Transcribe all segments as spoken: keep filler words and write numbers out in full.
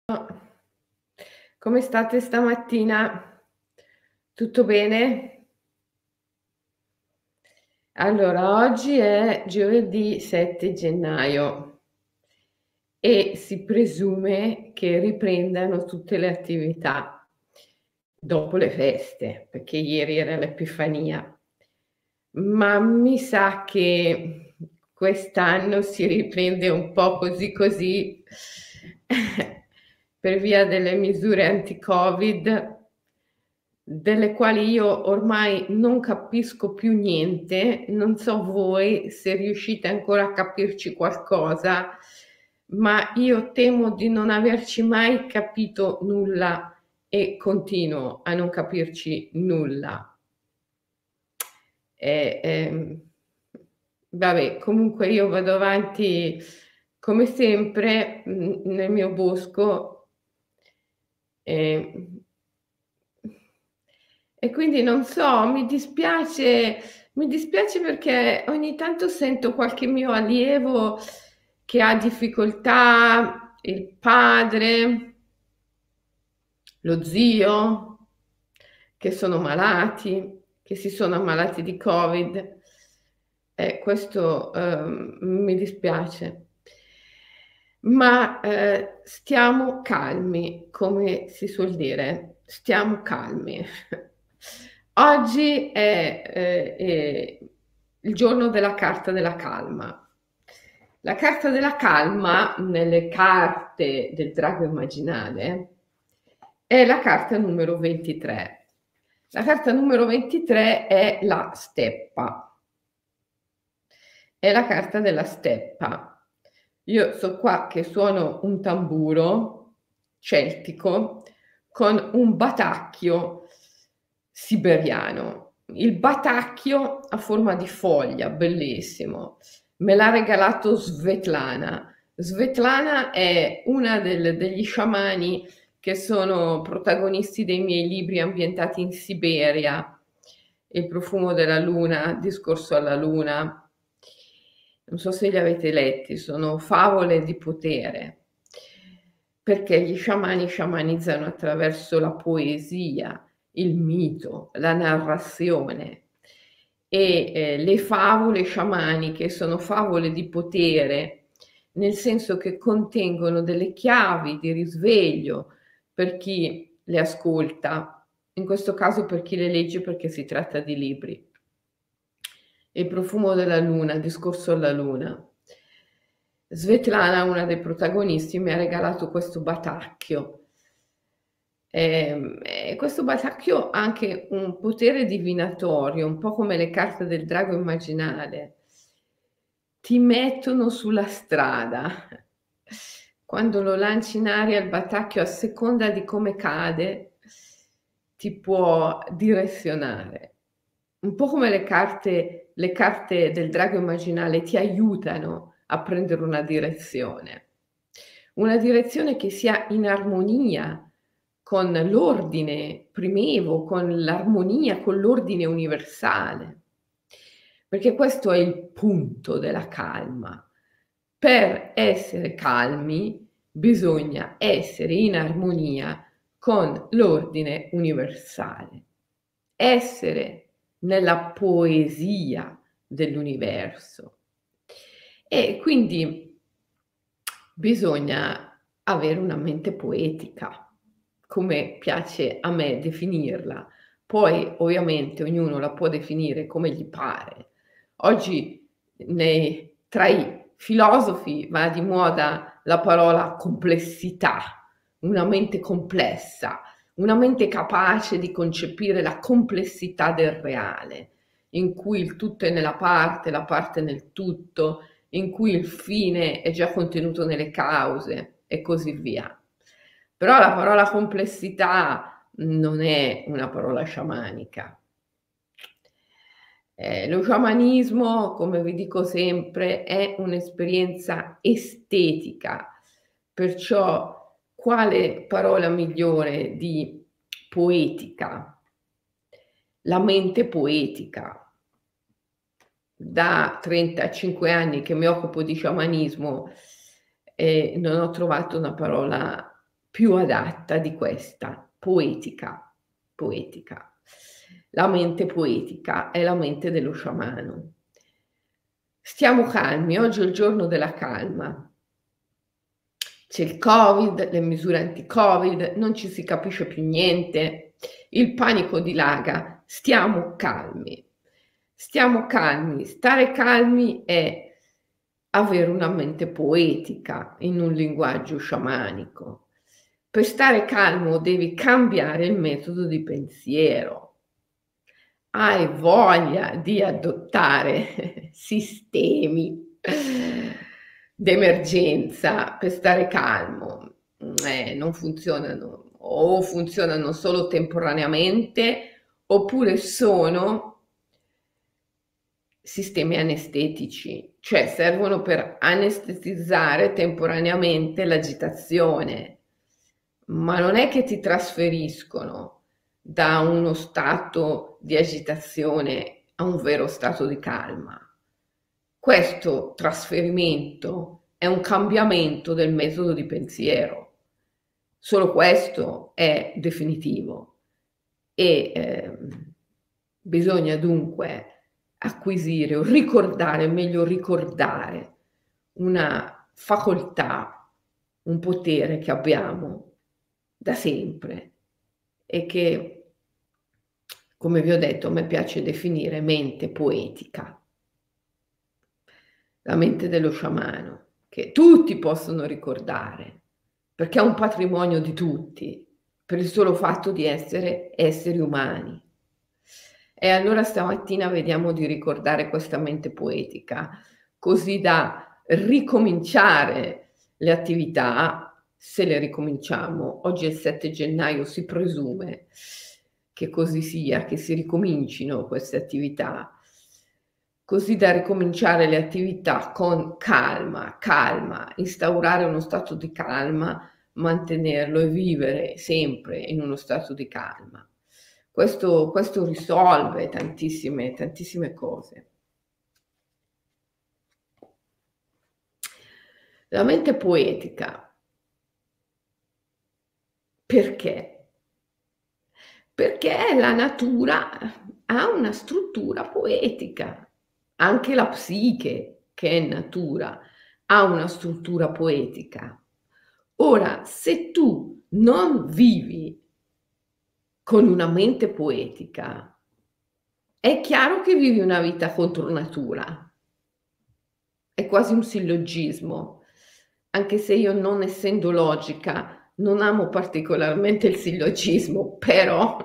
Come state stamattina? Tutto bene? Allora, oggi è giovedì sette gennaio e si presume che riprendano tutte le attività dopo le feste, perché ieri era l'Epifania. Ma mi sa che quest'anno si riprende un po' così così per via delle misure anti-Covid, delle quali io ormai non capisco più niente. Non so voi se riuscite ancora a capirci qualcosa, ma io temo di non averci mai capito nulla e continuo a non capirci nulla. E, ehm, vabbè, comunque io vado avanti come sempre mh, nel mio bosco e, e quindi non so, mi dispiace, mi dispiace perché ogni tanto sento qualche mio allievo che ha difficoltà, il padre, lo zio, che sono malati, che si sono ammalati di Covid. E questo ehm, mi dispiace. Ma eh, stiamo calmi, come si suol dire, stiamo calmi. Oggi è, eh, è il giorno della carta della calma. La carta della calma nelle carte del drago immaginale è la carta numero ventitré. La carta numero ventitré è la steppa. È la carta della steppa. Io so qua che suono un tamburo celtico con un batacchio siberiano. Il batacchio a forma di foglia, bellissimo. Me l'ha regalato Svetlana. Svetlana è una del- degli sciamani che sono protagonisti dei miei libri ambientati in Siberia. Il profumo della luna, Discorso alla luna. Non so se li avete letti, sono favole di potere, perché gli sciamani sciamanizzano attraverso la poesia, il mito, la narrazione e eh, le favole sciamaniche sono favole di potere, nel senso che contengono delle chiavi di risveglio per chi le ascolta, in questo caso per chi le legge perché si tratta di libri. Il profumo della luna, Discorso alla luna. Svetlana, una dei protagonisti, mi ha regalato questo batacchio. E, e questo batacchio ha anche un potere divinatorio, un po' come le carte del drago immaginale. Ti mettono sulla strada. Quando lo lanci in aria il batacchio, a seconda di come cade, ti può direzionare. Un po' come le carte, le carte del drago immaginale ti aiutano a prendere una direzione. Una direzione che sia in armonia con l'ordine primevo, con l'armonia, con l'ordine universale. Perché questo è il punto della calma. Per essere calmi bisogna essere in armonia con l'ordine universale, essere nella poesia dell'universo. E quindi bisogna avere una mente poetica, come piace a me definirla. Poi ovviamente ognuno la può definire come gli pare. Oggi nei, tra i filosofi va di moda la parola complessità, una mente complessa, una mente capace di concepire la complessità del reale, in cui il tutto è nella parte, la parte nel tutto, in cui il fine è già contenuto nelle cause e così via. Però la parola complessità non è una parola sciamanica. Eh, lo sciamanismo, come vi dico sempre, è un'esperienza estetica, perciò quale parola migliore di poetica? La mente poetica. Da trentacinque anni che mi occupo di sciamanismo e non ho trovato una parola più adatta di questa, poetica, poetica. La mente poetica è la mente dello sciamano. Stiamo calmi, oggi è il giorno della calma. C'è il Covid, le misure anti-Covid, non ci si capisce più niente, il panico dilaga, stiamo calmi. Stiamo calmi, stare calmi è avere una mente poetica in un linguaggio sciamanico. Per stare calmo devi cambiare il metodo di pensiero. Hai voglia di adottare sistemi d'emergenza per stare calmo. Eh, non funzionano, o funzionano solo temporaneamente, oppure sono sistemi anestetici, cioè servono per anestetizzare temporaneamente l'agitazione, ma non è che ti trasferiscono da uno stato di agitazione a un vero stato di calma. Questo trasferimento è un cambiamento del metodo di pensiero. Solo questo è definitivo e eh, bisogna dunque acquisire o ricordare, meglio ricordare, una facoltà, un potere che abbiamo da sempre e che, come vi ho detto, a me piace definire mente poetica, la mente dello sciamano, che tutti possono ricordare, perché è un patrimonio di tutti, per il solo fatto di essere esseri umani. E allora stamattina vediamo di ricordare questa mente poetica, così da ricominciare le attività, se le ricominciamo. Oggi è il sette gennaio, si presume che così sia, che si ricomincino queste attività, così da ricominciare le attività con calma, calma, instaurare uno stato di calma, mantenerlo e vivere sempre in uno stato di calma. Questo, questo risolve tantissime, tantissime cose. La mente poetica. Perché? Perché la natura ha una struttura poetica. Anche la psiche, che è natura, ha una struttura poetica. Ora, se tu non vivi con una mente poetica, è chiaro che vivi una vita contro natura. È quasi un sillogismo, anche se io, non essendo logica, non amo particolarmente il sillogismo, però,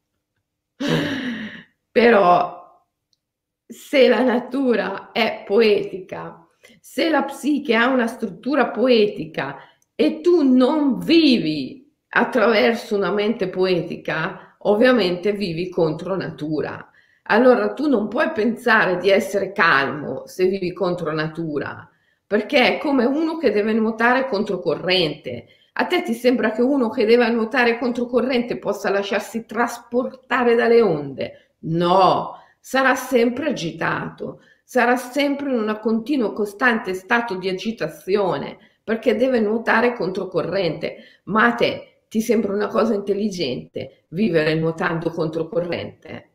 però se la natura è poetica, se la psiche ha una struttura poetica e tu non vivi attraverso una mente poetica, ovviamente vivi contro natura. Allora tu non puoi pensare di essere calmo se vivi contro natura, perché è come uno che deve nuotare controcorrente. A te ti sembra che uno che deve nuotare controcorrente possa lasciarsi trasportare dalle onde? No, sarà sempre agitato, sarà sempre in un continuo costante stato di agitazione, perché deve nuotare controcorrente. Ma a te ti sembra una cosa intelligente vivere nuotando controcorrente?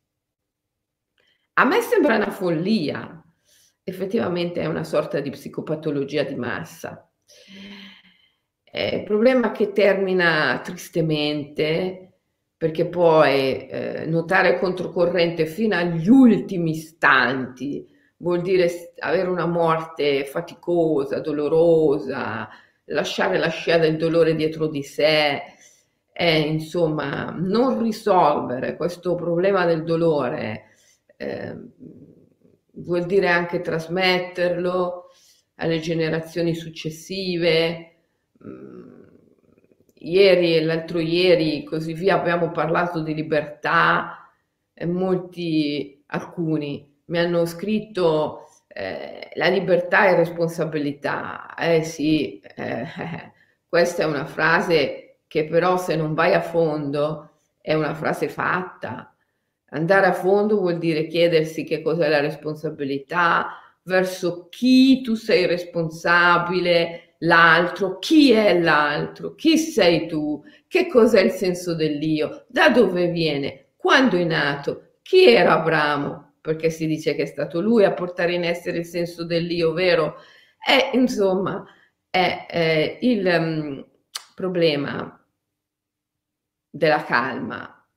A me sembra una follia, effettivamente è una sorta di psicopatologia di massa. Eh, il problema che termina tristemente, perché poi eh, nuotare controcorrente fino agli ultimi istanti vuol dire avere una morte faticosa, dolorosa, lasciare la scia del dolore dietro di sé, e insomma non risolvere questo problema del dolore. Eh, vuol dire anche trasmetterlo alle generazioni successive. Mm, ieri e l'altro ieri, così via, abbiamo parlato di libertà e molti, alcuni, mi hanno scritto eh, la libertà e responsabilità. Eh sì, eh, questa è una frase che però, se non vai a fondo, è una frase fatta. Andare a fondo vuol dire chiedersi che cos'è la responsabilità, verso chi tu sei responsabile, l'altro, chi è l'altro, chi sei tu, che cos'è il senso dell'io, da dove viene, quando è nato, chi era Abramo, perché si dice che è stato lui a portare in essere il senso dell'io, vero? E insomma, è, è il um, problema della calma,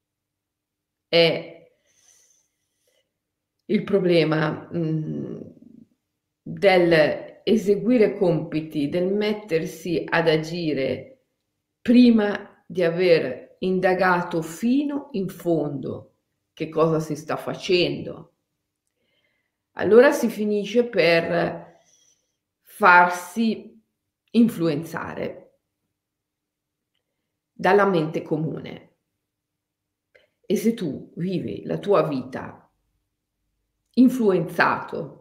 è il problema mh, del eseguire compiti, del mettersi ad agire prima di aver indagato fino in fondo che cosa si sta facendo. Allora si finisce per farsi influenzare dalla mente comune. E se tu vivi la tua vita influenzato,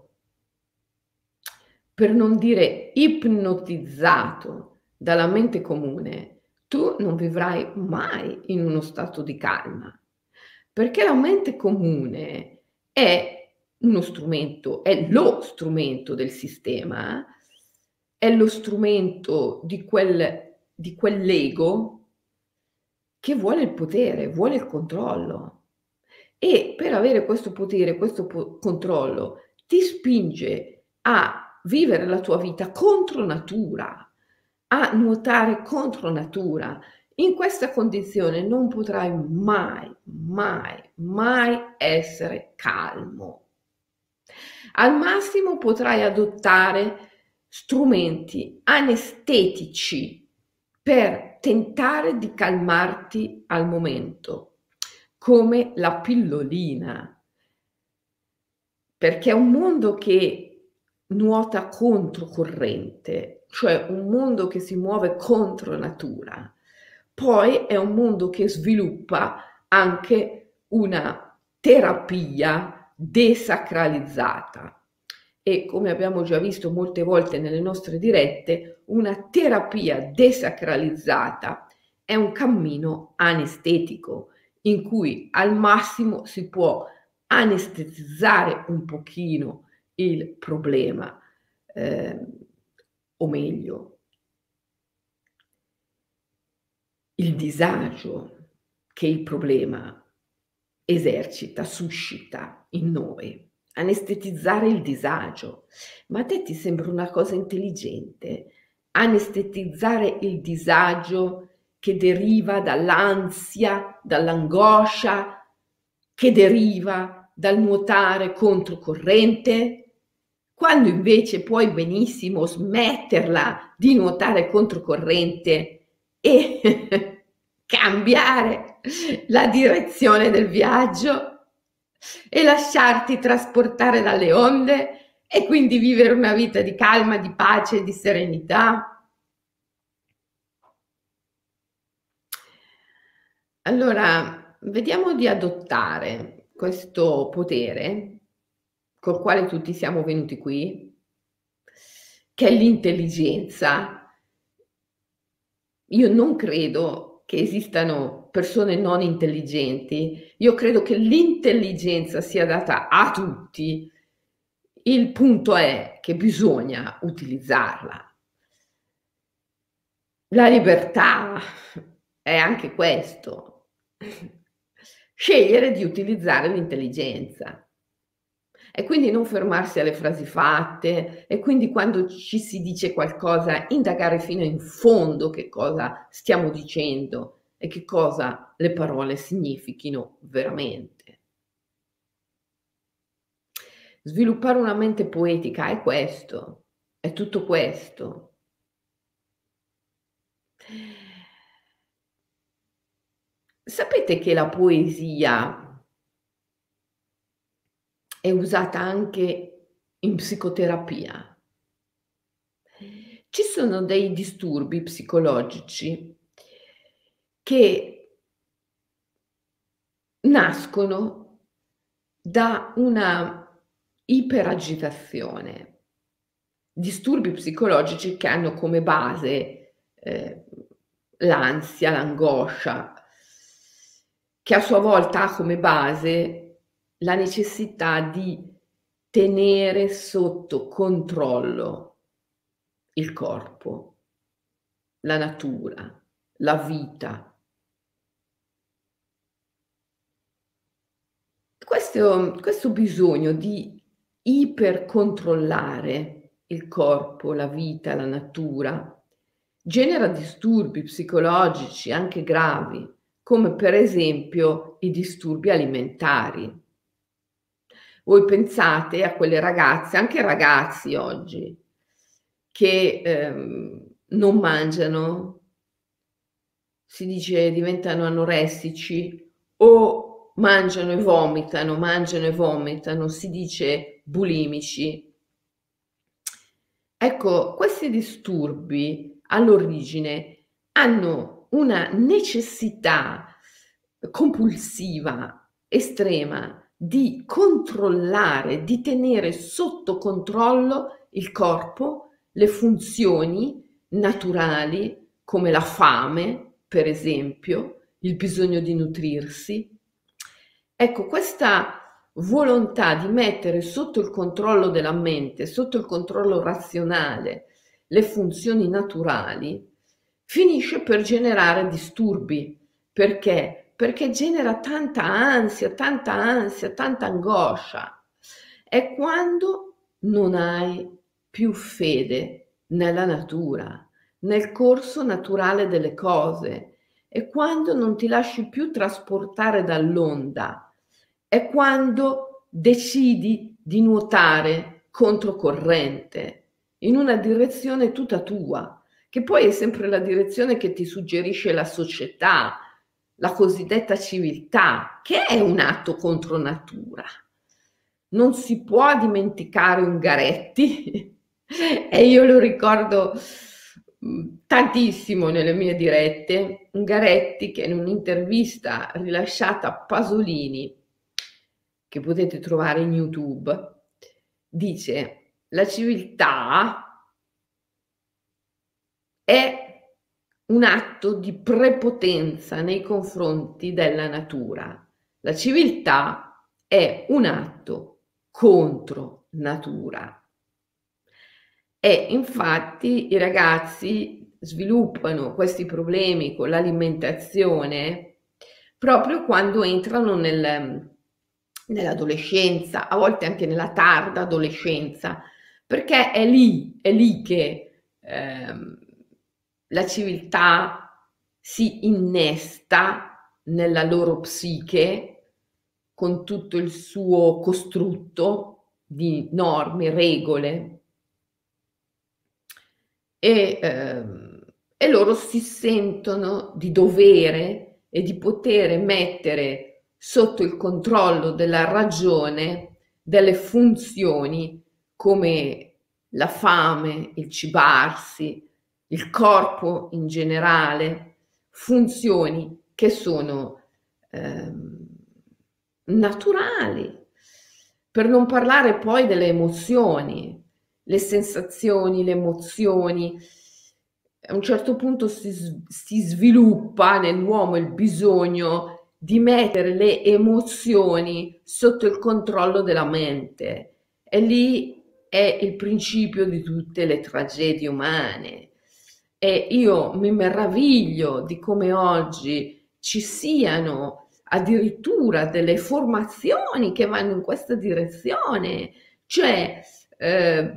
per non dire ipnotizzato dalla mente comune, tu non vivrai mai in uno stato di calma, perché la mente comune è uno strumento, è lo strumento del sistema, è lo strumento di quel, di quell'ego che vuole il potere, vuole il controllo. E per avere questo potere, questo po- controllo, ti spinge a vivere la tua vita contro natura, a nuotare contro natura. In questa condizione non potrai mai, mai, mai essere calmo. Al massimo potrai adottare strumenti anestetici per tentare di calmarti al momento, come la pillolina, perché è un mondo che nuota controcorrente, cioè un mondo che si muove contro natura. Poi è un mondo che sviluppa anche una terapia desacralizzata e, come abbiamo già visto molte volte nelle nostre dirette, una terapia desacralizzata è un cammino anestetico in cui al massimo si può anestetizzare un pochino il problema, eh, o meglio, il disagio che il problema esercita, suscita in noi. Anestetizzare il disagio. Ma a te ti sembra una cosa intelligente? Anestetizzare il disagio che deriva dall'ansia, dall'angoscia, che deriva dal nuotare controcorrente? Quando invece puoi benissimo smetterla di nuotare controcorrente e cambiare la direzione del viaggio e lasciarti trasportare dalle onde e quindi vivere una vita di calma, di pace e di serenità. Allora, vediamo di adottare questo potere col quale tutti siamo venuti qui, che è l'intelligenza. Io non credo che esistano persone non intelligenti, io credo che l'intelligenza sia data a tutti, il punto è che bisogna utilizzarla. La libertà è anche questo, scegliere di utilizzare l'intelligenza. E quindi non fermarsi alle frasi fatte, e quindi quando ci si dice qualcosa, indagare fino in fondo che cosa stiamo dicendo e che cosa le parole significhino veramente. Sviluppare una mente poetica è questo, è tutto questo. Sapete che la poesia è usata anche in psicoterapia? Ci sono dei disturbi psicologici che nascono da una iperagitazione, disturbi psicologici che hanno come base eh, l'ansia, l'angoscia, che a sua volta ha come base la necessità di tenere sotto controllo il corpo, la natura, la vita. Questo, questo bisogno di ipercontrollare il corpo, la vita, la natura, genera disturbi psicologici anche gravi, come per esempio i disturbi alimentari. Voi pensate a quelle ragazze, anche ragazzi oggi, che ehm, non mangiano, si dice diventano anoressici, o mangiano e vomitano, mangiano e vomitano, si dice bulimici. Ecco, questi disturbi all'origine hanno una necessità compulsiva, estrema, di controllare, di tenere sotto controllo il corpo, le funzioni naturali come la fame, per esempio, il bisogno di nutrirsi. Ecco, questa volontà di mettere sotto il controllo della mente, sotto il controllo razionale, le funzioni naturali, finisce per generare disturbi. Perché? Perché genera tanta ansia, tanta ansia, tanta angoscia. È quando non hai più fede nella natura, nel corso naturale delle cose, è quando non ti lasci più trasportare dall'onda, è quando decidi di nuotare controcorrente in una direzione tutta tua, che poi è sempre la direzione che ti suggerisce la società, la cosiddetta civiltà, che è un atto contro natura. Non si può dimenticare Ungaretti, e io lo ricordo tantissimo nelle mie dirette, Ungaretti che in un'intervista rilasciata a Pasolini, che potete trovare in YouTube, dice: la civiltà è un atto di prepotenza nei confronti della natura. La civiltà è un atto contro natura. E infatti i ragazzi sviluppano questi problemi con l'alimentazione proprio quando entrano nel, nell'adolescenza, a volte anche nella tarda adolescenza, perché è lì, è lì che ehm, la civiltà si innesta nella loro psiche con tutto il suo costrutto di norme, regole, e, ehm, e loro si sentono di dovere e di poter mettere sotto il controllo della ragione delle funzioni come la fame, il cibarsi, il corpo in generale, funzioni che sono ehm, naturali, per non parlare poi delle emozioni, le sensazioni, le emozioni. A un certo punto si, si sviluppa nell'uomo il bisogno di mettere le emozioni sotto il controllo della mente, e lì è il principio di tutte le tragedie umane. E io mi meraviglio di come oggi ci siano addirittura delle formazioni che vanno in questa direzione, cioè eh,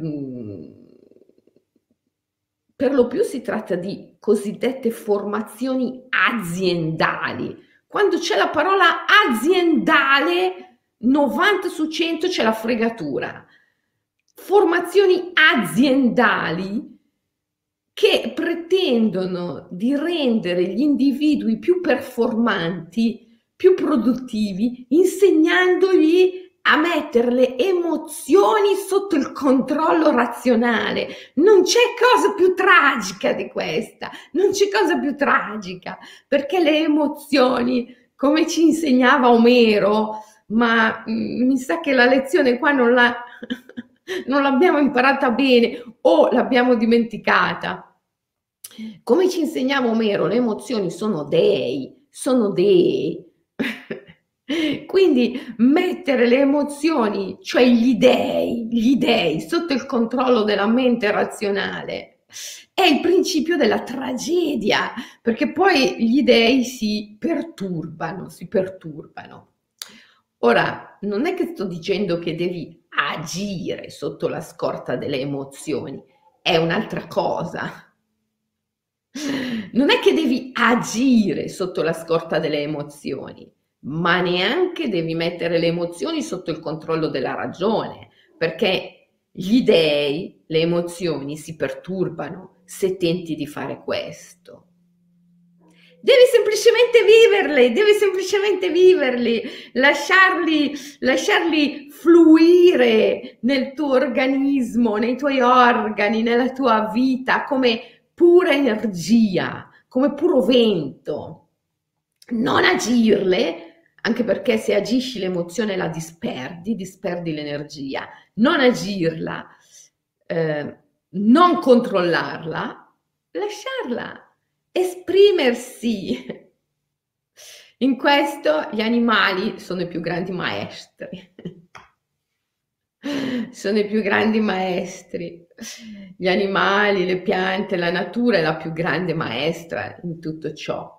per lo più si tratta di cosiddette formazioni aziendali. Quando c'è la parola aziendale, novanta su cento c'è la fregatura. Formazioni aziendali che pretendono di rendere gli individui più performanti, più produttivi, insegnandogli a mettere le emozioni sotto il controllo razionale. Non c'è cosa più tragica di questa, non c'è cosa più tragica, perché le emozioni, come ci insegnava Omero, ma mh, mi sa che la lezione qua non la... non l'abbiamo imparata bene o l'abbiamo dimenticata. Come ci insegnava Omero, le emozioni sono dei, sono dei. Quindi mettere le emozioni, cioè gli dei, gli dei, sotto il controllo della mente razionale, È il principio della tragedia, perché poi gli dei si perturbano, si perturbano. Ora, non è che sto dicendo che devi agire sotto la scorta delle emozioni, è un'altra cosa. Non è che devi agire sotto la scorta delle emozioni, ma neanche devi mettere le emozioni sotto il controllo della ragione, perché gli dei, le emozioni si perturbano se tenti di fare questo. Devi semplicemente viverli, devi semplicemente viverli, lasciarli, lasciarli fluire nel tuo organismo, nei tuoi organi, nella tua vita, come pura energia, come puro vento. Non agirle, anche perché se agisci l'emozione la disperdi, disperdi l'energia. Non agirla, eh, non controllarla, lasciarla esprimersi. In questo gli animali sono i più grandi maestri. Sono i più grandi maestri. Gli animali, le piante, la natura è la più grande maestra in tutto ciò.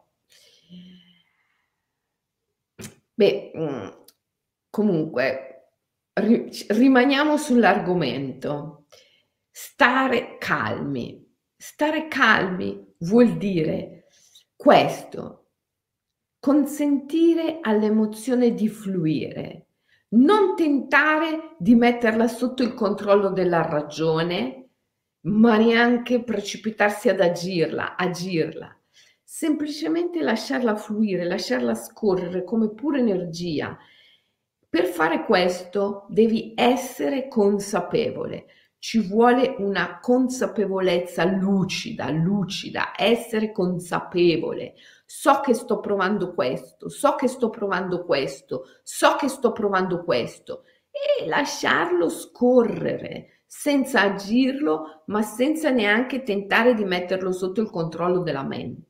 Beh, mm, comunque, ri- rimaniamo sull'argomento. Stare calmi. Stare calmi vuol dire questo, consentire all'emozione di fluire, non tentare di metterla sotto il controllo della ragione, ma neanche precipitarsi ad agirla, agirla. Semplicemente lasciarla fluire, lasciarla scorrere come pura energia. Per fare questo devi essere consapevole. Ci vuole una consapevolezza lucida, lucida, essere consapevole. So che sto provando questo, so che sto provando questo, so che sto provando questo e lasciarlo scorrere senza agirlo, ma senza neanche tentare di metterlo sotto il controllo della mente.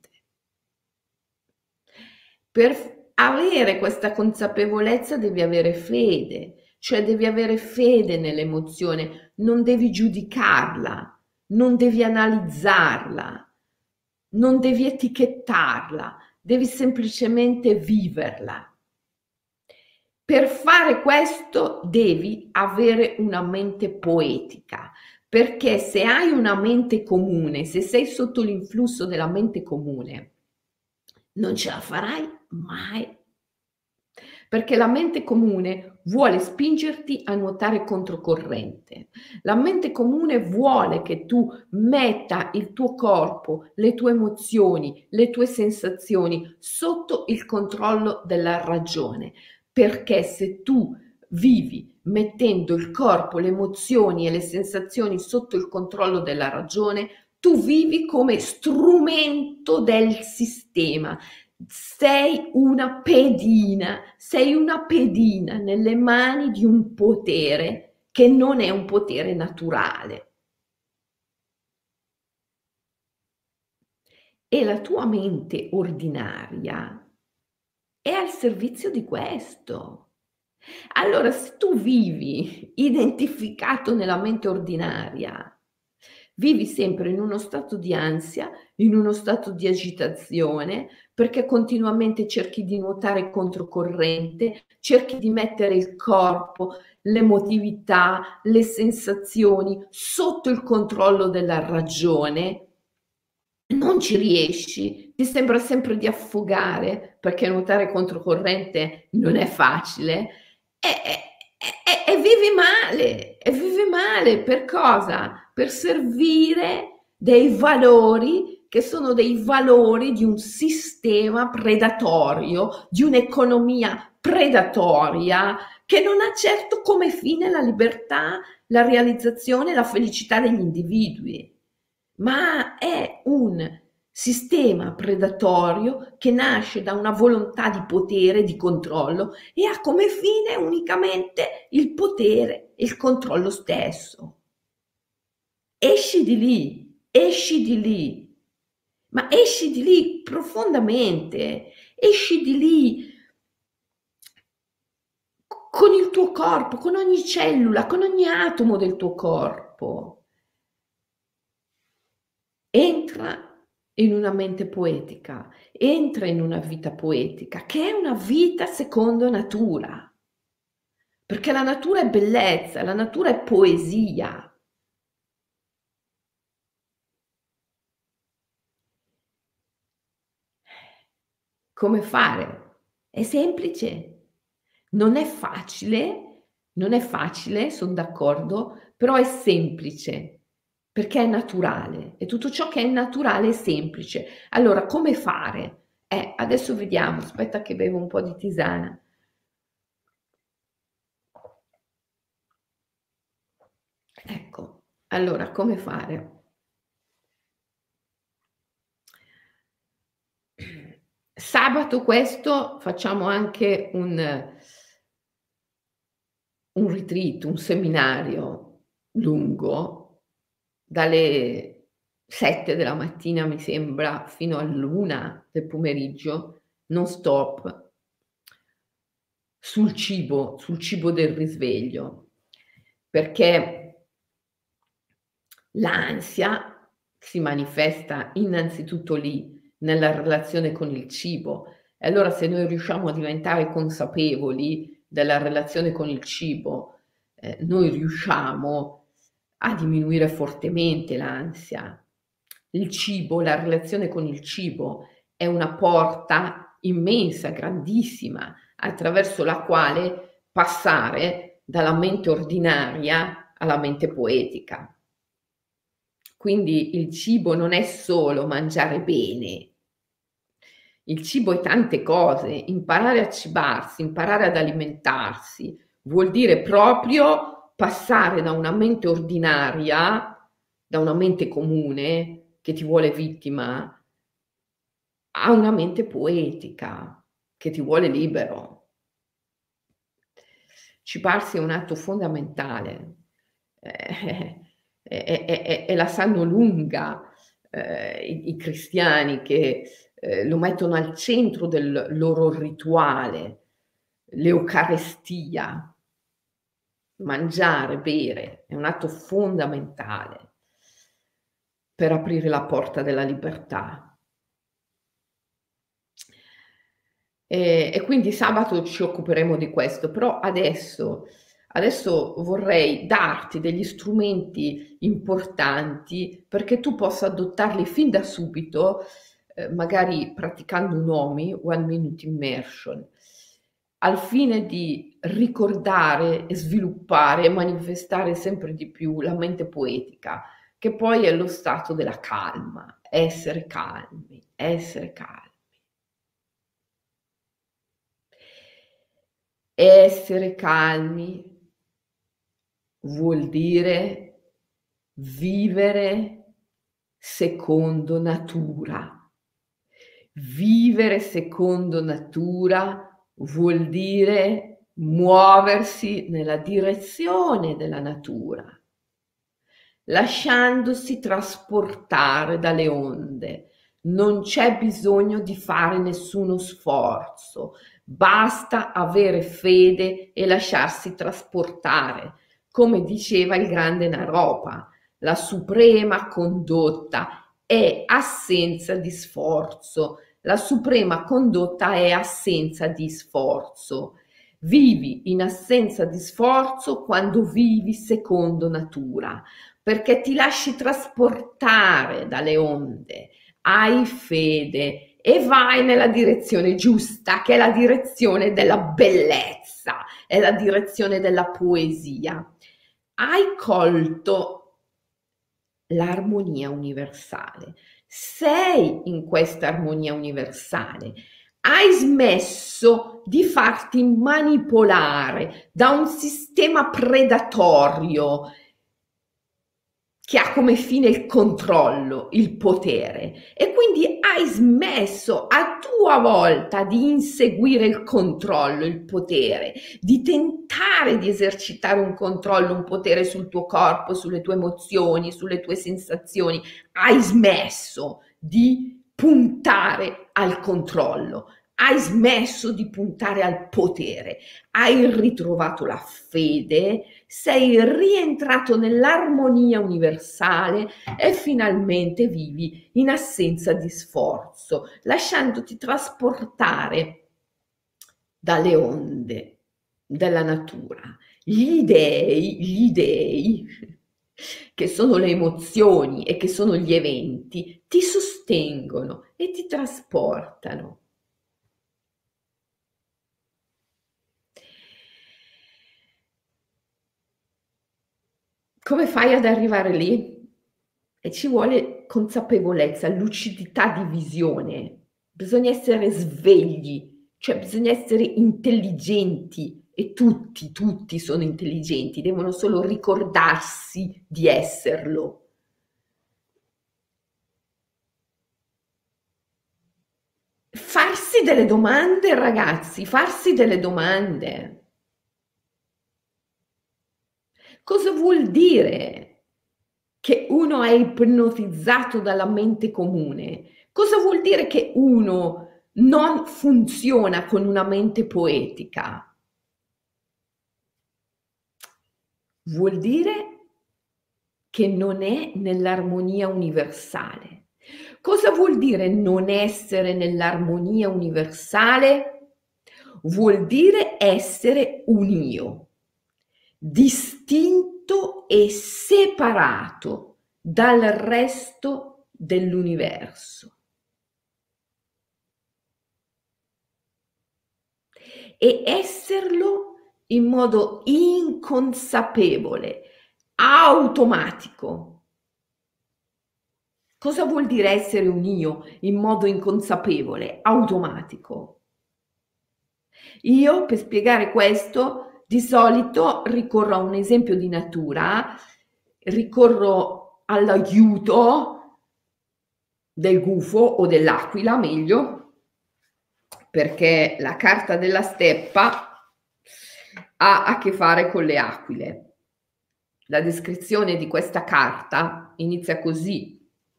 Per avere questa consapevolezza devi avere fede, cioè devi avere fede nell'emozione, non devi giudicarla, non devi analizzarla, non devi etichettarla, devi semplicemente viverla. Per fare questo devi avere una mente poetica, perché se hai una mente comune, se sei sotto l'influsso della mente comune, non ce la farai mai. Perché la mente comune vuole spingerti a nuotare controcorrente. La mente comune vuole che tu metta il tuo corpo, le tue emozioni, le tue sensazioni sotto il controllo della ragione. Perché se tu vivi mettendo il corpo, le emozioni e le sensazioni sotto il controllo della ragione, tu vivi come strumento del sistema. Sei una pedina, sei una pedina nelle mani di un potere che non è un potere naturale. E la tua mente ordinaria è al servizio di questo. Allora, se tu vivi identificato nella mente ordinaria, vivi sempre in uno stato di ansia, in uno stato di agitazione, perché continuamente cerchi di nuotare controcorrente, cerchi di mettere il corpo, l'emotività, le sensazioni sotto il controllo della ragione. Non ci riesci, ti sembra sempre di affogare, perché nuotare controcorrente non è facile, e e e e vivi male, e vivi male per cosa? Per servire dei valori che sono dei valori di un sistema predatorio, di un'economia predatoria che non ha certo come fine la libertà, la realizzazione e la felicità degli individui, ma è un sistema predatorio che nasce da una volontà di potere, di controllo e ha come fine unicamente il potere e il controllo stesso. Esci di lì, esci di lì, ma esci di lì profondamente, esci di lì con il tuo corpo, con ogni cellula, con ogni atomo del tuo corpo. entra in una mente poetica, entra in una vita poetica, che è una vita secondo natura. Perché la natura è bellezza, la natura è poesia. Come fare? È semplice, non è facile, non è facile, son d'accordo, però è semplice, perché è naturale e tutto ciò che è naturale è semplice. Allora, come fare? Eh, adesso vediamo, aspetta che bevo un po' di tisana. Ecco, allora come fare? Sabato questo facciamo anche un un retreat, un seminario lungo, dalle sette della mattina mi sembra fino all'una del pomeriggio, non stop, sul cibo, sul cibo del risveglio, perché l'ansia si manifesta innanzitutto lì, nella relazione con il cibo. E allora se noi riusciamo a diventare consapevoli della relazione con il cibo, eh, noi riusciamo a diminuire fortemente l'ansia. Il cibo, la relazione con il cibo è una porta immensa, grandissima, attraverso la quale passare dalla mente ordinaria alla mente poetica. Quindi il cibo non è solo mangiare bene, il cibo è tante cose, imparare a cibarsi, imparare ad alimentarsi, vuol dire proprio passare da una mente ordinaria, da una mente comune che ti vuole vittima, a una mente poetica che ti vuole libero. Cibarsi è un atto fondamentale. Eh, e e e la sanno lunga, ehm, i i cristiani che, ehm, lo mettono al centro del loro rituale, l'eucarestia. Mangiare, bere è un atto fondamentale per aprire la porta della libertà. E e quindi sabato ci occuperemo di questo, però adesso adesso vorrei darti degli strumenti importanti perché tu possa adottarli fin da subito, ehm, magari praticando un O M I, One Minute Immersion, al fine di ricordare e sviluppare e manifestare sempre di più la mente poetica, che poi è lo stato della calma, essere calmi, essere calmi. Essere calmi vuol dire vivere secondo natura. Vivere secondo natura vuol dire muoversi nella direzione della natura, lasciandosi trasportare dalle onde. Non c'è bisogno di fare nessuno sforzo, basta avere fede e lasciarsi trasportare. Come diceva il grande Naropa, la suprema condotta è assenza di sforzo. La suprema condotta è assenza di sforzo. Vivi in assenza di sforzo quando vivi secondo natura, perché ti lasci trasportare dalle onde, hai fede e vai nella direzione giusta, che è la direzione della bellezza, è la direzione della poesia. Hai colto l'armonia universale, sei in questa armonia universale, hai smesso di farti manipolare da un sistema predatorio che ha come fine il controllo, il potere, e quindi hai smesso a tua volta di inseguire il controllo, il potere, di tentare di esercitare un controllo, un potere sul tuo corpo, sulle tue emozioni, sulle tue sensazioni. Hai smesso di puntare al controllo, hai smesso di puntare al potere, hai ritrovato la fede, sei rientrato nell'armonia universale e finalmente vivi in assenza di sforzo, lasciandoti trasportare dalle onde della natura. Gli dei, gli dei, che sono le emozioni e che sono gli eventi, ti sostengono e ti trasportano. Come fai ad arrivare lì? E ci vuole consapevolezza, lucidità di visione. Bisogna essere svegli, cioè bisogna essere intelligenti e tutti, tutti sono intelligenti, devono solo ricordarsi di esserlo. Farsi delle domande, ragazzi, farsi delle domande. Cosa vuol dire che uno è ipnotizzato dalla mente comune? Cosa vuol dire che uno non funziona con una mente poetica? Vuol dire che non è nell'armonia universale. Cosa vuol dire non essere nell'armonia universale? Vuol dire essere un io, distinto e separato dal resto dell'universo. E esserlo in modo inconsapevole, automatico. Cosa vuol dire essere un io in modo inconsapevole, automatico? Io, per spiegare questo, di solito ricorro a un esempio di natura, ricorro all'aiuto del gufo o dell'aquila, meglio, perché la carta della steppa ha a che fare con le aquile. La descrizione di questa carta inizia così: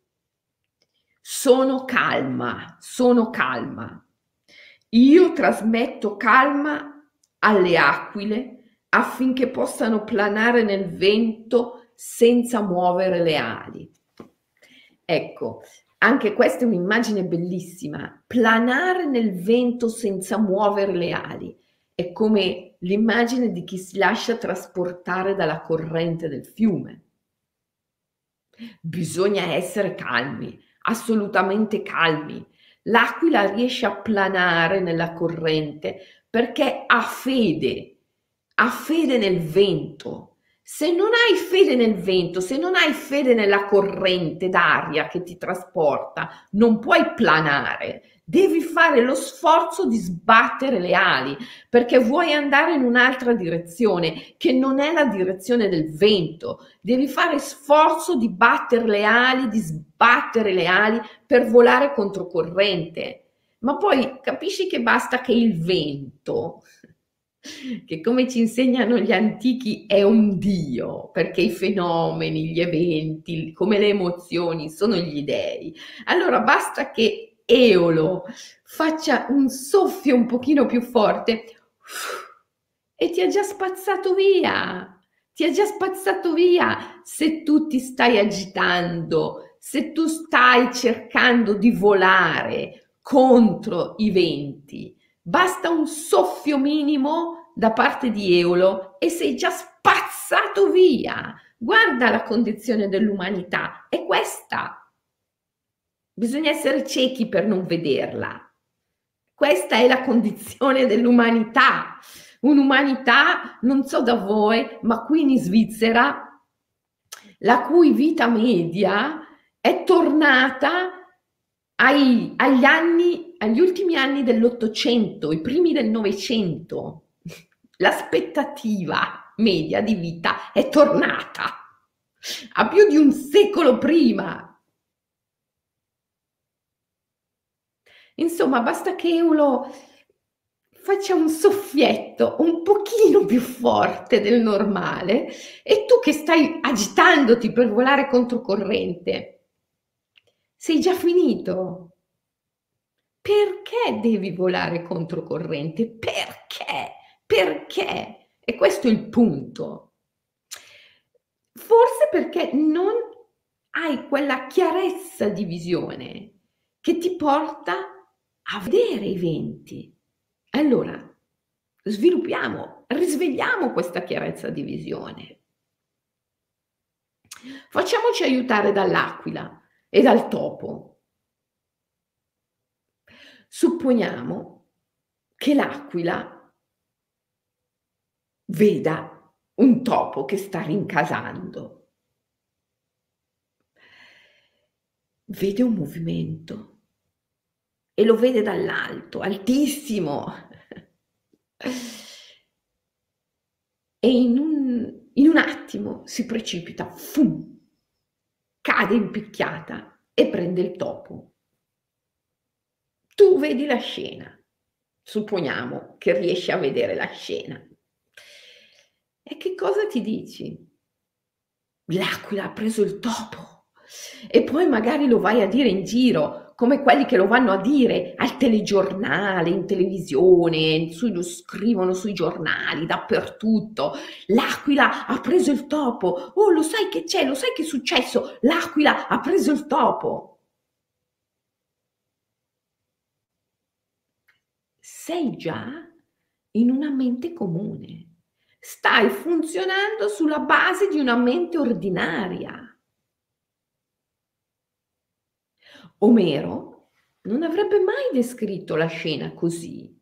sono calma, sono calma. Io trasmetto calma alle aquile affinché possano planare nel vento senza muovere le ali. Ecco, anche questa è un'immagine bellissima. Planare nel vento senza muovere le ali è come l'immagine di chi si lascia trasportare dalla corrente del fiume. Bisogna essere calmi, assolutamente calmi. L'aquila riesce a planare nella corrente perché ha fede, ha fede nel vento. Se non hai fede nel vento, se non hai fede nella corrente d'aria che ti trasporta, non puoi planare. Devi fare lo sforzo di sbattere le ali perché vuoi andare in un'altra direzione che non è la direzione del vento. Devi fare sforzo di battere le ali, di sbattere le ali per volare controcorrente. Ma poi capisci che basta che il vento, che come ci insegnano gli antichi è un dio, perché i fenomeni, gli eventi, come le emozioni sono gli dei. Allora basta che Eolo faccia un soffio un pochino più forte e ti ha già spazzato via, ti ha già spazzato via. Se tu ti stai agitando, se tu stai cercando di volare contro i venti, basta un soffio minimo da parte di Eolo e sei già spazzato via. Guarda la condizione dell'umanità, è questa. Bisogna essere ciechi per non vederla. Questa è la condizione dell'umanità. Un'umanità, non so da voi, ma qui in Svizzera, la cui vita media è tornata ai, agli anni, agli ultimi anni dell'Ottocento, i primi del Novecento. L'aspettativa media di vita è tornata a più di un secolo prima. Insomma, basta che Eolo faccia un soffietto un pochino più forte del normale e tu che stai agitandoti per volare controcorrente, sei già finito. Perché devi volare controcorrente? Perché? Perché? E questo è il punto. Forse perché non hai quella chiarezza di visione che ti porta a vedere i venti. Allora, sviluppiamo, risvegliamo questa chiarezza di visione. Facciamoci aiutare dall'aquila e dal topo. Supponiamo che l'aquila veda un topo che sta rincasando. Vede un movimento e lo vede dall'alto, altissimo. E in un, in un attimo si precipita, fum, cade in picchiata e prende il topo. Tu vedi la scena, supponiamo che riesci a vedere la scena. E che cosa ti dici? L'aquila ha preso il topo. E poi magari lo vai a dire in giro, come quelli che lo vanno a dire al telegiornale, in televisione, su, lo scrivono sui giornali, dappertutto. L'aquila ha preso il topo. Oh, lo sai che c'è? Lo sai che è successo? L'aquila ha preso il topo. Sei già in una mente comune. Stai funzionando sulla base di una mente ordinaria. Omero non avrebbe mai descritto la scena così.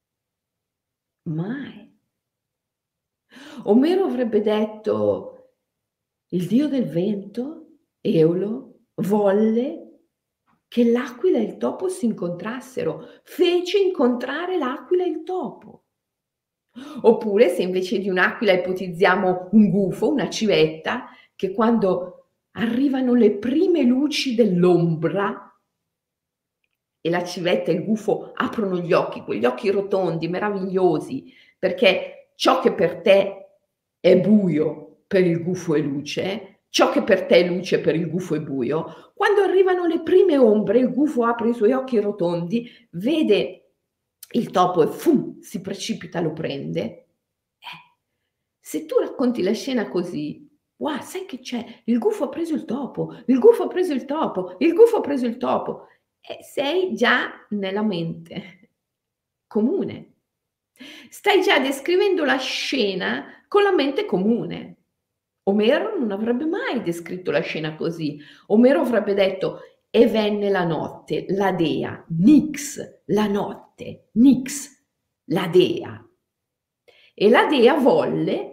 Mai. Omero avrebbe detto: il dio del vento, Eolo, volle che l'aquila e il topo si incontrassero, fece incontrare l'aquila e il topo. Oppure se invece di un'aquila ipotizziamo un gufo, una civetta, che quando arrivano le prime luci dell'ombra e la civetta e il gufo aprono gli occhi, quegli occhi rotondi, meravigliosi, perché ciò che per te è buio, per il gufo è luce, ciò che per te è luce, per il gufo è buio. Quando arrivano le prime ombre, il gufo apre i suoi occhi rotondi, vede il topo e fum, si precipita, lo prende. Eh, se tu racconti la scena così, wow, sai che c'è? Il gufo ha preso il topo, il gufo ha preso il topo, il gufo ha preso il topo. E sei già nella mente comune. Stai già descrivendo la scena con la mente comune. Omero non avrebbe mai descritto la scena così. Omero avrebbe detto: e venne la notte, la dea, Nix, la notte, Nix, la dea. E la dea volle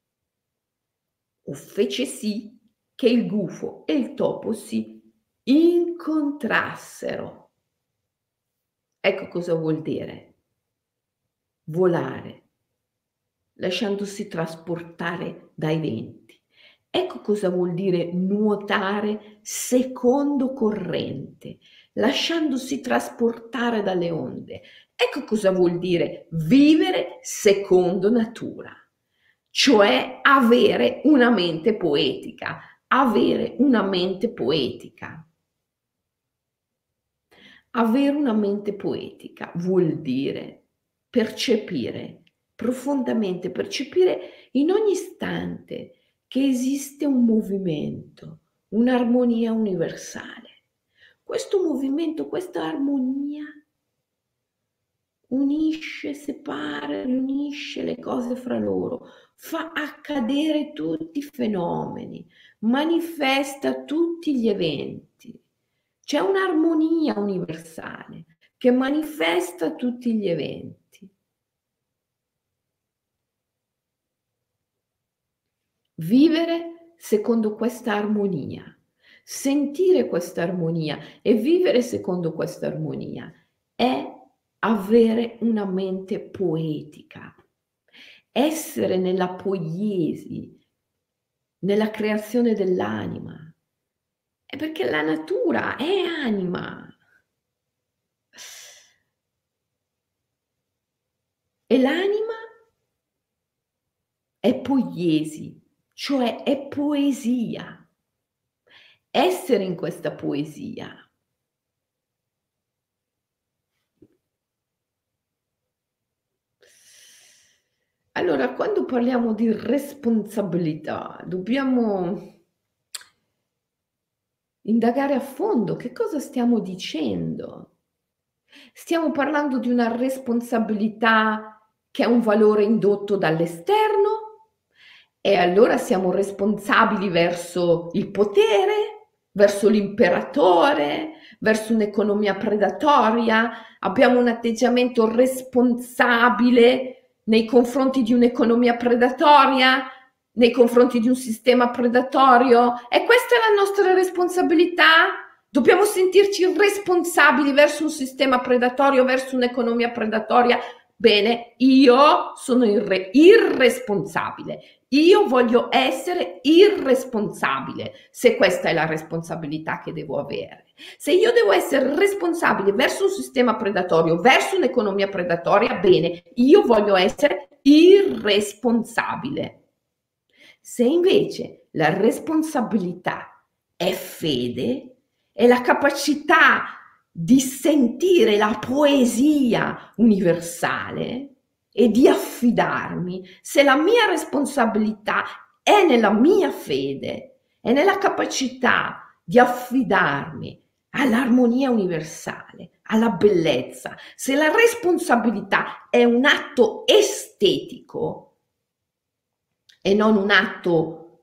o fece sì che il gufo e il topo si incontrassero. Ecco cosa vuol dire volare, lasciandosi trasportare dai venti. Ecco cosa vuol dire nuotare secondo corrente, lasciandosi trasportare dalle onde. Ecco cosa vuol dire vivere secondo natura, cioè avere una mente poetica, avere una mente poetica. Avere una mente poetica vuol dire percepire, profondamente percepire in ogni istante che esiste un movimento, un'armonia universale. Questo movimento, questa armonia unisce, separa, riunisce le cose fra loro, fa accadere tutti i fenomeni, manifesta tutti gli eventi. C'è un'armonia universale che manifesta tutti gli eventi. Vivere secondo questa armonia, sentire questa armonia e vivere secondo questa armonia è avere una mente poetica, essere nella poiesi, nella creazione dell'anima. È perché la natura è anima. E l'anima è poiesi, cioè è poesia. Essere in questa poesia Allora, quando parliamo di responsabilità, dobbiamo indagare a fondo che cosa stiamo dicendo. Stiamo parlando di una responsabilità che è un valore indotto dall'esterno e allora siamo responsabili verso il potere, verso l'imperatore, verso un'economia predatoria, abbiamo un atteggiamento responsabile nei confronti di un'economia predatoria, nei confronti di un sistema predatorio, e questa è la nostra responsabilità? Dobbiamo sentirci responsabili verso un sistema predatorio, verso un'economia predatoria? Bene, io sono irre- irresponsabile, io voglio essere irresponsabile, se questa è la responsabilità che devo avere. Se io devo essere responsabile verso un sistema predatorio, verso un'economia predatoria, bene, io voglio essere irresponsabile. Se invece la responsabilità è fede, è la capacità di sentire la poesia universale e di affidarmi, se la mia responsabilità è nella mia fede, è nella capacità di affidarmi all'armonia universale, alla bellezza, se la responsabilità è un atto estetico e non un atto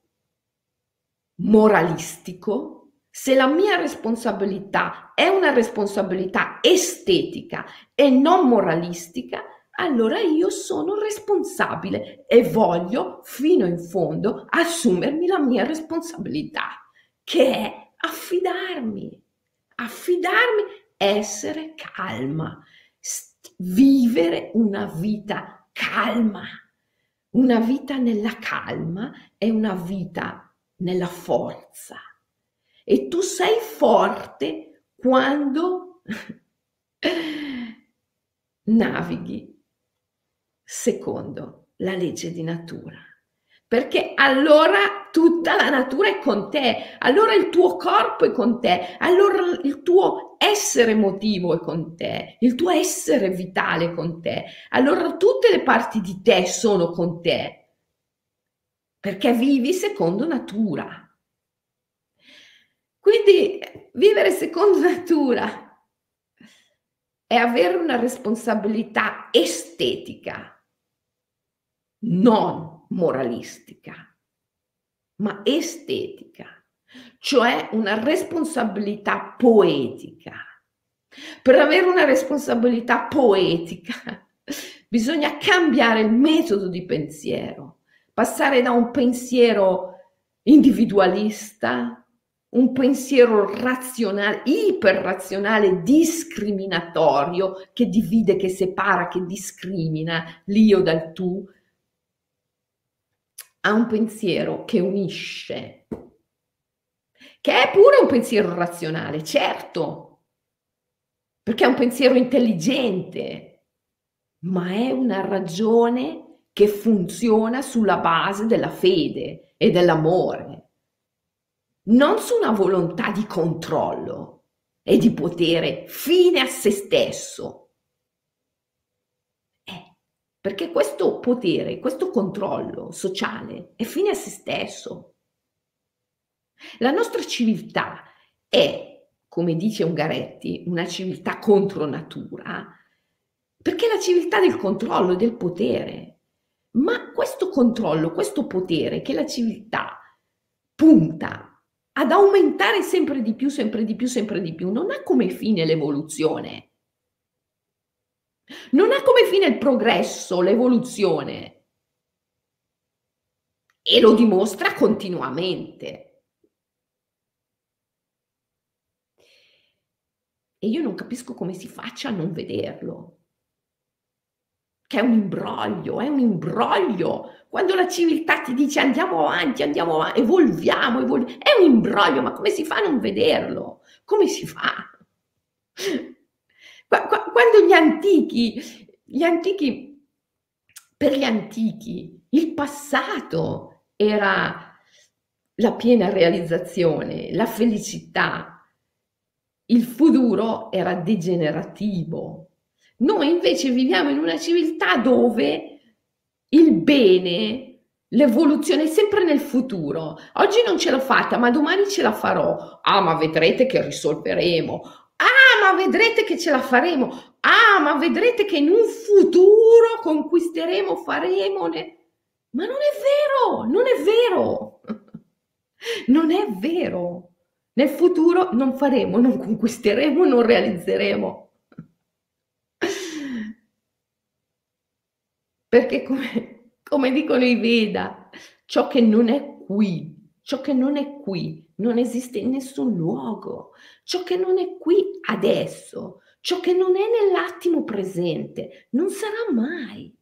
moralistico, se la mia responsabilità è una responsabilità estetica e non moralistica, allora io sono responsabile e voglio fino in fondo assumermi la mia responsabilità, che è affidarmi, affidarmi, essere calma, vivere una vita calma. Una vita nella calma è una vita nella forza. E tu sei forte quando navighi secondo la legge di natura. Perché allora tutta la natura è con te, allora il tuo corpo è con te, allora il tuo essere emotivo è con te, il tuo essere vitale è con te, allora tutte le parti di te sono con te, perché vivi secondo natura. Quindi vivere secondo natura è avere una responsabilità estetica, non moralistica, ma estetica, cioè una responsabilità poetica. Per avere una responsabilità poetica bisogna cambiare il metodo di pensiero, passare da un pensiero individualista, un pensiero razionale, iperrazionale, discriminatorio, che divide, che separa, che discrimina l'io dal tu, a un pensiero che unisce, che è pure un pensiero razionale, certo, perché è un pensiero intelligente, ma è una ragione che funziona sulla base della fede e dell'amore, non su una volontà di controllo e di potere fine a se stesso. Eh, perché questo potere, questo controllo sociale è fine a se stesso. La nostra civiltà è, come dice Ungaretti, una civiltà contro natura, perché è la civiltà del controllo e del potere. Ma questo controllo, questo potere che la civiltà punta ad aumentare sempre di più, sempre di più, sempre di più, non ha come fine l'evoluzione. Non ha come fine il progresso, l'evoluzione. E lo dimostra continuamente. E io non capisco come si faccia a non vederlo. Che è un imbroglio, è un imbroglio. Quando la civiltà ti dice andiamo avanti, andiamo avanti, evolviamo, evolviamo, è un imbroglio, ma come si fa a non vederlo? Come si fa? Quando gli antichi, gli antichi, per gli antichi, il passato era la piena realizzazione, la felicità, il futuro era degenerativo. Noi invece viviamo in una civiltà dove il bene, l'evoluzione è sempre nel futuro. Oggi non ce l'ho fatta, ma domani ce la farò. Ah, ma vedrete che risolveremo. Ah, ma vedrete che ce la faremo. Ah, ma vedrete che in un futuro conquisteremo, faremo. Ne... Ma non è vero, non è vero. Non è vero. Nel futuro non faremo, non conquisteremo, non realizzeremo. Perché come, come dicono i Veda, ciò che non è qui, ciò che non è qui, non esiste in nessun luogo. Ciò che non è qui adesso, ciò che non è nell'attimo presente, non sarà mai.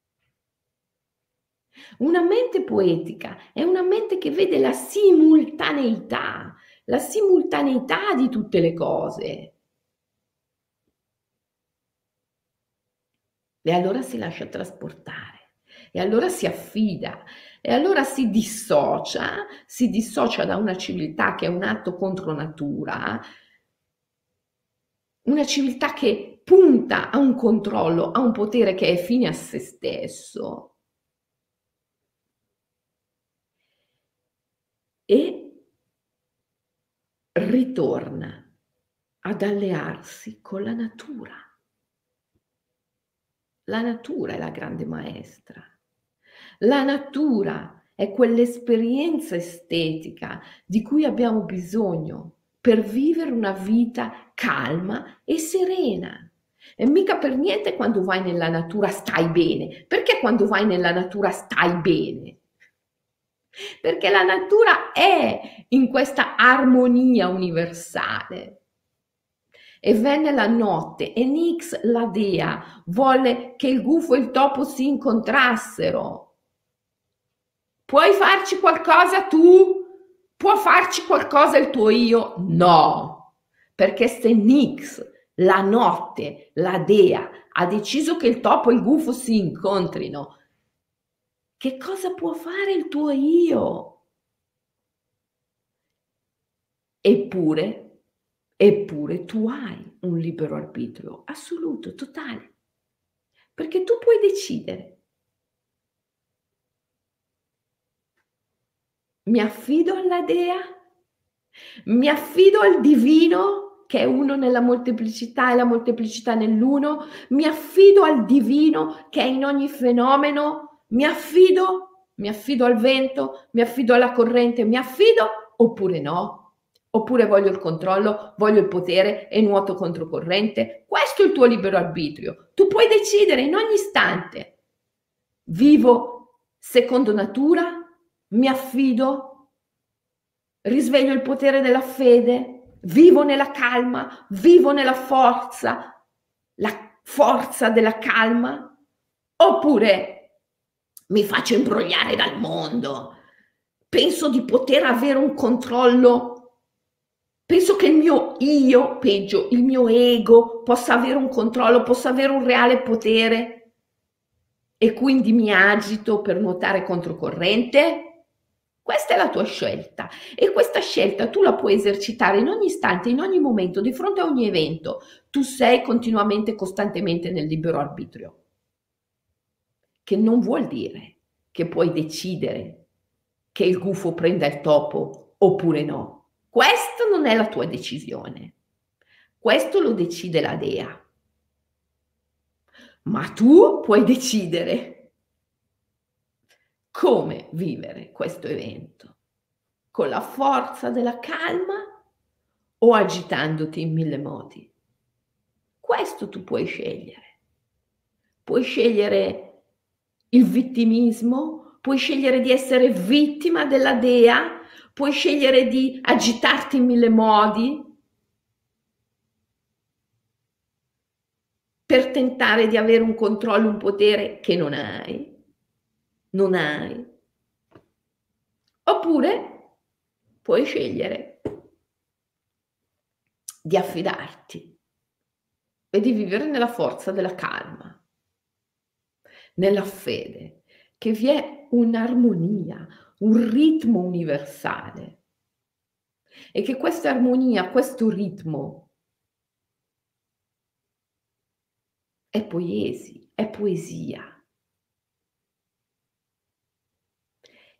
Una mente poetica è una mente che vede la simultaneità, la simultaneità di tutte le cose. E allora si lascia trasportare, e allora si affida, e allora si dissocia, si dissocia da una civiltà che è un atto contro natura, una civiltà che punta a un controllo, a un potere che è fine a se stesso, e ritorna ad allearsi con la natura. La natura è la grande maestra. La natura è quell'esperienza estetica di cui abbiamo bisogno per vivere una vita calma e serena. E mica per niente quando vai nella natura stai bene. Perché quando vai nella natura stai bene? Perché la natura è in questa armonia universale. E venne la notte e Nix, la dea, volle che il gufo e il topo si incontrassero. Puoi farci qualcosa tu? Può farci qualcosa il tuo io? No, perché se Nix, la notte, la dea, ha deciso che il topo e il gufo si incontrino, che cosa può fare il tuo io? Eppure Eppure tu hai un libero arbitrio assoluto, totale, perché tu puoi decidere. Mi affido alla dea? Mi affido al divino, che è uno nella molteplicità e la molteplicità nell'uno? Mi affido al divino che è in ogni fenomeno? Mi affido? Mi affido al vento? Mi affido alla corrente? Mi affido oppure no? Oppure voglio il controllo, voglio il potere e nuoto controcorrente? Questo è il tuo libero arbitrio. Tu puoi decidere in ogni istante. Vivo secondo natura? Mi affido? Risveglio il potere della fede? Vivo nella calma? Vivo nella forza? La forza della calma? Oppure mi faccio imbrogliare dal mondo? Penso di poter avere un controllo. Penso che il mio io, peggio, il mio ego possa avere un controllo, possa avere un reale potere e quindi mi agito per nuotare controcorrente? Questa è la tua scelta e questa scelta tu la puoi esercitare in ogni istante, in ogni momento, di fronte a ogni evento. Tu sei continuamente, costantemente nel libero arbitrio, che non vuol dire che puoi decidere che il gufo prenda il topo oppure no. Questa non è la tua decisione, questo lo decide la dea, ma tu puoi decidere come vivere questo evento, con la forza della calma o agitandoti in mille modi. Questo tu puoi scegliere. Puoi scegliere il vittimismo, puoi scegliere di essere vittima della dea, puoi scegliere di agitarti in mille modi per tentare di avere un controllo, un potere che non hai, non hai. Oppure puoi scegliere di affidarti e di vivere nella forza della calma, nella fede, che vi è un'armonia, un ritmo universale e che questa armonia, questo ritmo è poesi, è poesia.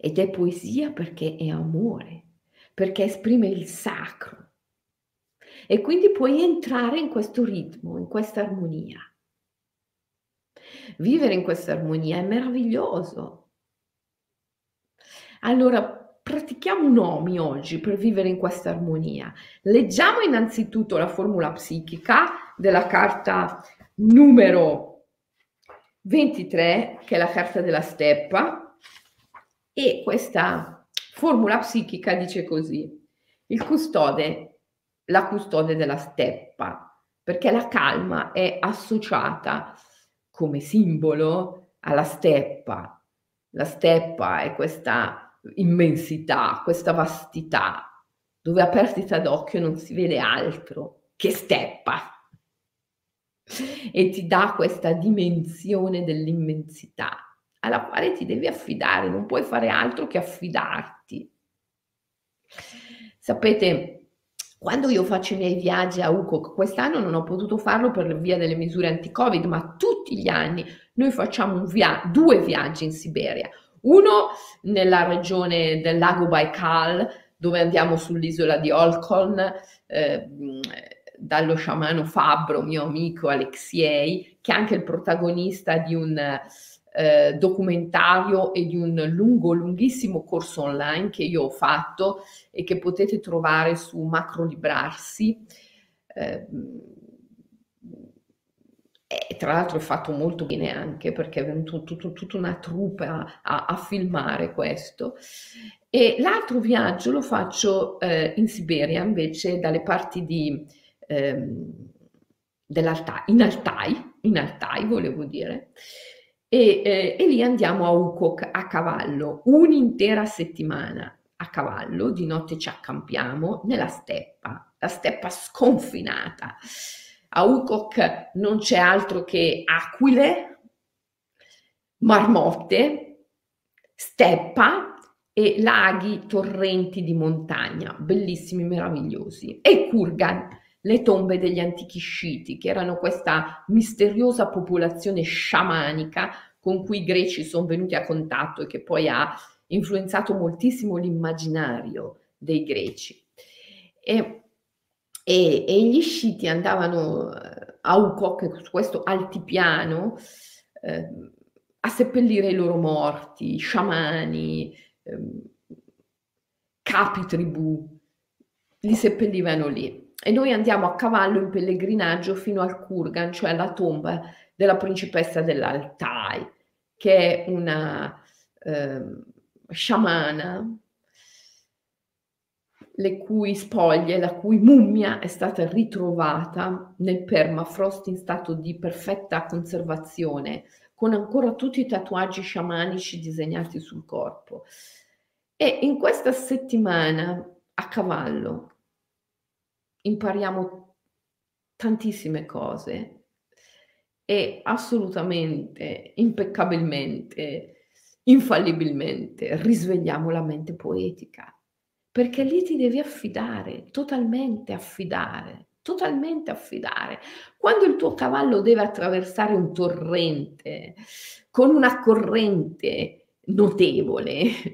ed è poesia perché è amore, perché esprime il sacro. E quindi puoi entrare in questo ritmo, in questa armonia. Vivere in questa armonia è meraviglioso. Allora, pratichiamo nomi oggi per vivere in questa armonia. Leggiamo innanzitutto la formula psichica della carta numero ventitré, che è la carta della steppa, e questa formula psichica dice così: il custode, la custode della steppa, perché la calma è associata come simbolo alla steppa. La steppa è questa immensità, questa vastità, dove a perdita d'occhio non si vede altro che steppa. E ti dà questa dimensione dell'immensità alla quale ti devi affidare, non puoi fare altro che affidarti. Sapete, quando io faccio i miei viaggi a U C O C, quest'anno non ho potuto farlo per via delle misure anti-Covid, ma tutti gli anni noi facciamo un via- due viaggi in Siberia. Uno nella regione del lago Baikal, dove andiamo sull'isola di Olkhon, eh, dallo sciamano fabbro, mio amico Alexiei, che è anche il protagonista di un eh, documentario e di un lungo, lunghissimo corso online che io ho fatto e che potete trovare su Macrolibrarsi. Eh, e tra l'altro è fatto molto bene anche perché è venuta tutta una troupe a, a, a filmare questo. E l'altro viaggio lo faccio eh, in Siberia, invece dalle parti di ehm, dell'Altai, in Altai, in Altai volevo dire, e, eh, e lì andiamo a U C O C a cavallo, un'intera settimana a cavallo, di notte ci accampiamo nella steppa, la steppa sconfinata. A U C O C non c'è altro che aquile, marmotte, steppa e laghi, torrenti di montagna, bellissimi, meravigliosi. E Kurgan, le tombe degli antichi sciti, che erano questa misteriosa popolazione sciamanica con cui i greci sono venuti a contatto e che poi ha influenzato moltissimo l'immaginario dei greci. E e, e gli sciti andavano a U C O C, su questo altipiano, eh, a seppellire i loro morti, sciamani, eh, capi tribù, li seppellivano lì. E noi andiamo a cavallo in pellegrinaggio fino al Kurgan, cioè alla tomba della principessa dell'Altai, che è una eh, sciamana le cui spoglie, la cui mummia è stata ritrovata nel permafrost in stato di perfetta conservazione, con ancora tutti i tatuaggi sciamanici disegnati sul corpo. E in questa settimana a cavallo impariamo tantissime cose e assolutamente, impeccabilmente, infallibilmente risvegliamo la mente poetica. Perché lì ti devi affidare, totalmente affidare, totalmente affidare. Quando il tuo cavallo deve attraversare un torrente con una corrente notevole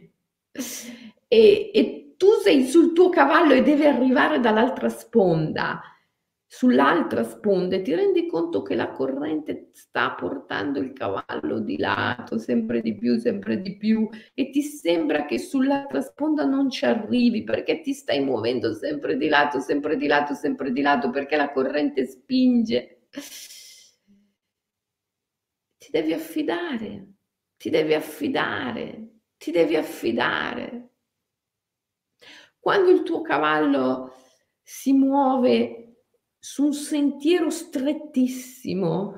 e, e tu sei sul tuo cavallo e devi arrivare dall'altra sponda, sull'altra sponda e ti rendi conto che la corrente sta portando il cavallo di lato sempre di più, sempre di più e ti sembra che sull'altra sponda non ci arrivi perché ti stai muovendo sempre di lato, sempre di lato, sempre di lato perché la corrente spinge. Ti devi affidare, ti devi affidare, ti devi affidare. Quando il tuo cavallo si muove su un sentiero strettissimo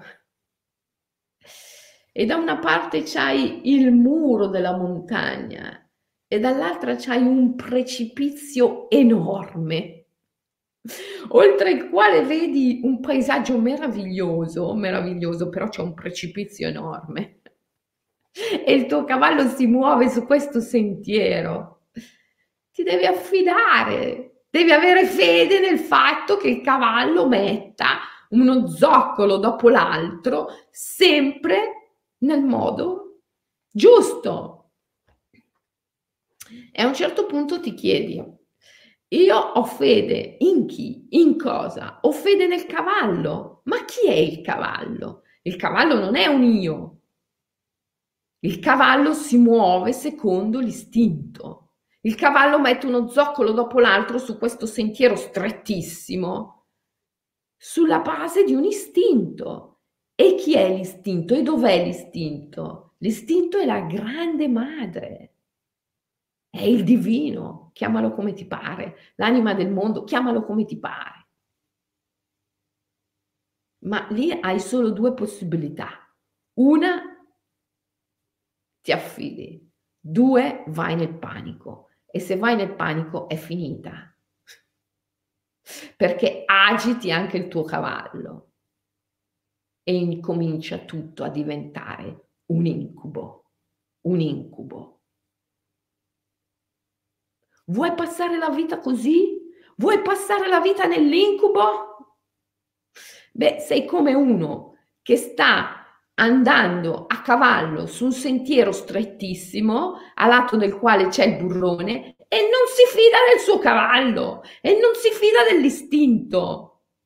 e da una parte c'hai il muro della montagna e dall'altra c'hai un precipizio enorme, oltre il quale vedi un paesaggio meraviglioso, meraviglioso, però c'è un precipizio enorme e il tuo cavallo si muove su questo sentiero. Ti devi affidare, devi avere fede nel fatto che il cavallo metta uno zoccolo dopo l'altro, sempre nel modo giusto. E a un certo punto ti chiedi: io ho fede in chi? In cosa? Ho fede nel cavallo. Ma chi è il cavallo? Il cavallo non è un io. Il cavallo si muove secondo l'istinto. Il cavallo mette uno zoccolo dopo l'altro su questo sentiero strettissimo sulla base di un istinto. E chi è l'istinto? E dov'è l'istinto? L'istinto è la grande madre, è il divino, chiamalo come ti pare, l'anima del mondo, chiamalo come ti pare. Ma lì hai solo due possibilità. Una, ti affidi. Due, vai nel panico. E se vai nel panico è finita. Perché agiti anche il tuo cavallo e incomincia tutto a diventare un incubo, un incubo. Vuoi passare la vita così? Vuoi passare la vita nell'incubo? Beh, sei come uno che sta andando a cavallo su un sentiero strettissimo, a lato del quale c'è il burrone, e non si fida del suo cavallo e non si fida dell'istinto.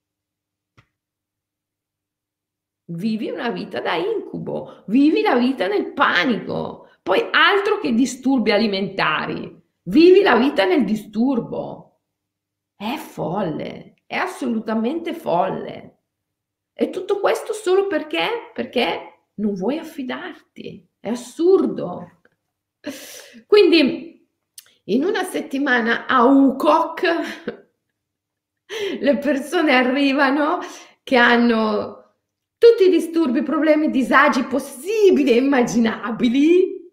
Vivi una vita da incubo, vivi la vita nel panico, poi altro che disturbi alimentari, vivi la vita nel disturbo. È folle, è assolutamente folle. E tutto questo solo perché? Perché non vuoi affidarti, è assurdo. Quindi in una settimana a U C O C le persone arrivano che hanno tutti i disturbi, problemi, disagi possibili e immaginabili,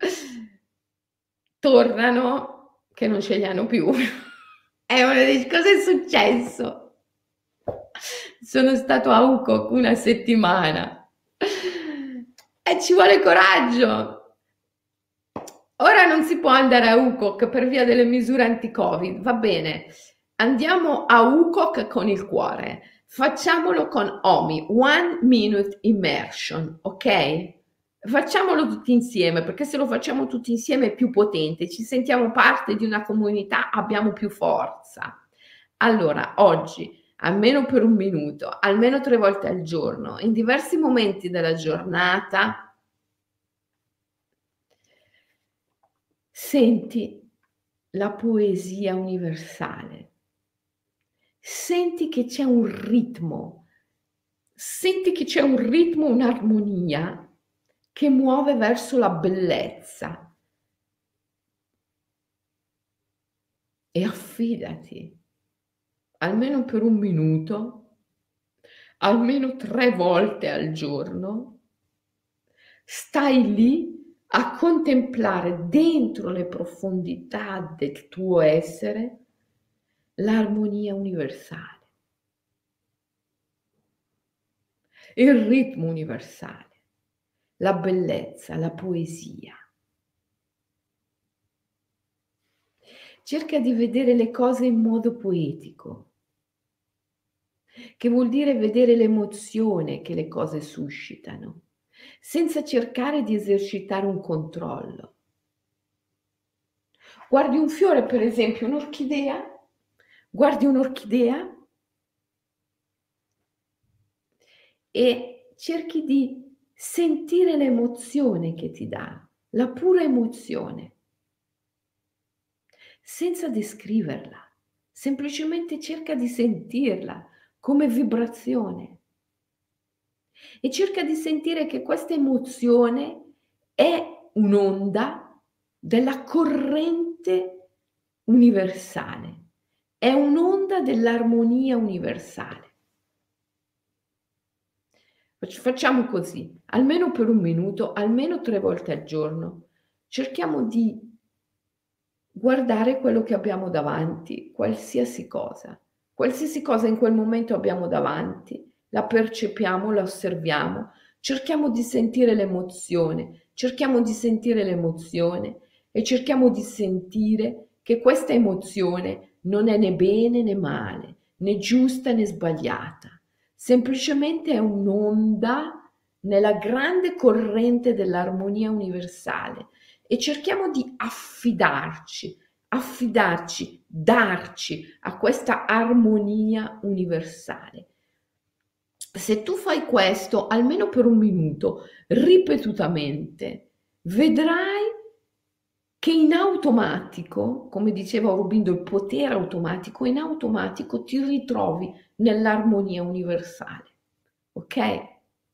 tornano che non ce li hanno più. E uno dice: cosa è successo? Sono stato a U C O C una settimana e ci vuole coraggio. Ora non si può andare a U C O C per via delle misure anti-Covid, va bene, andiamo a U C O C con il cuore, facciamolo con O M I, One Minute Immersion, ok? Facciamolo tutti insieme, perché se lo facciamo tutti insieme è più potente, ci sentiamo parte di una comunità, abbiamo più forza. Allora, oggi, almeno per un minuto, almeno tre volte al giorno, in diversi momenti della giornata, senti la poesia universale, senti che c'è un ritmo, senti che c'è un ritmo, un'armonia che muove verso la bellezza. E affidati, almeno per un minuto, almeno tre volte al giorno, stai lì a contemplare dentro le profondità del tuo essere l'armonia universale, il ritmo universale, la bellezza, la poesia. Cerca di vedere le cose in modo poetico, che vuol dire vedere l'emozione che le cose suscitano, senza cercare di esercitare un controllo. Guardi un fiore, per esempio, un'orchidea, guardi un'orchidea e cerchi di sentire l'emozione che ti dà, la pura emozione, senza descriverla, semplicemente cerca di sentirla come vibrazione e cerca di sentire che questa emozione è un'onda della corrente universale, è un'onda dell'armonia universale. Facciamo così, almeno per un minuto, almeno tre volte al giorno, cerchiamo di guardare quello che abbiamo davanti, qualsiasi cosa, qualsiasi cosa in quel momento abbiamo davanti, la percepiamo, la osserviamo, cerchiamo di sentire l'emozione, cerchiamo di sentire l'emozione e cerchiamo di sentire che questa emozione non è né bene né male, né giusta né sbagliata, semplicemente è un'onda nella grande corrente dell'armonia universale e cerchiamo di affidarci affidarci, darci a questa armonia universale. Se tu fai questo almeno per un minuto, ripetutamente, vedrai che in automatico, come diceva Aurobindo, il potere automatico, in automatico ti ritrovi nell'armonia universale, ok?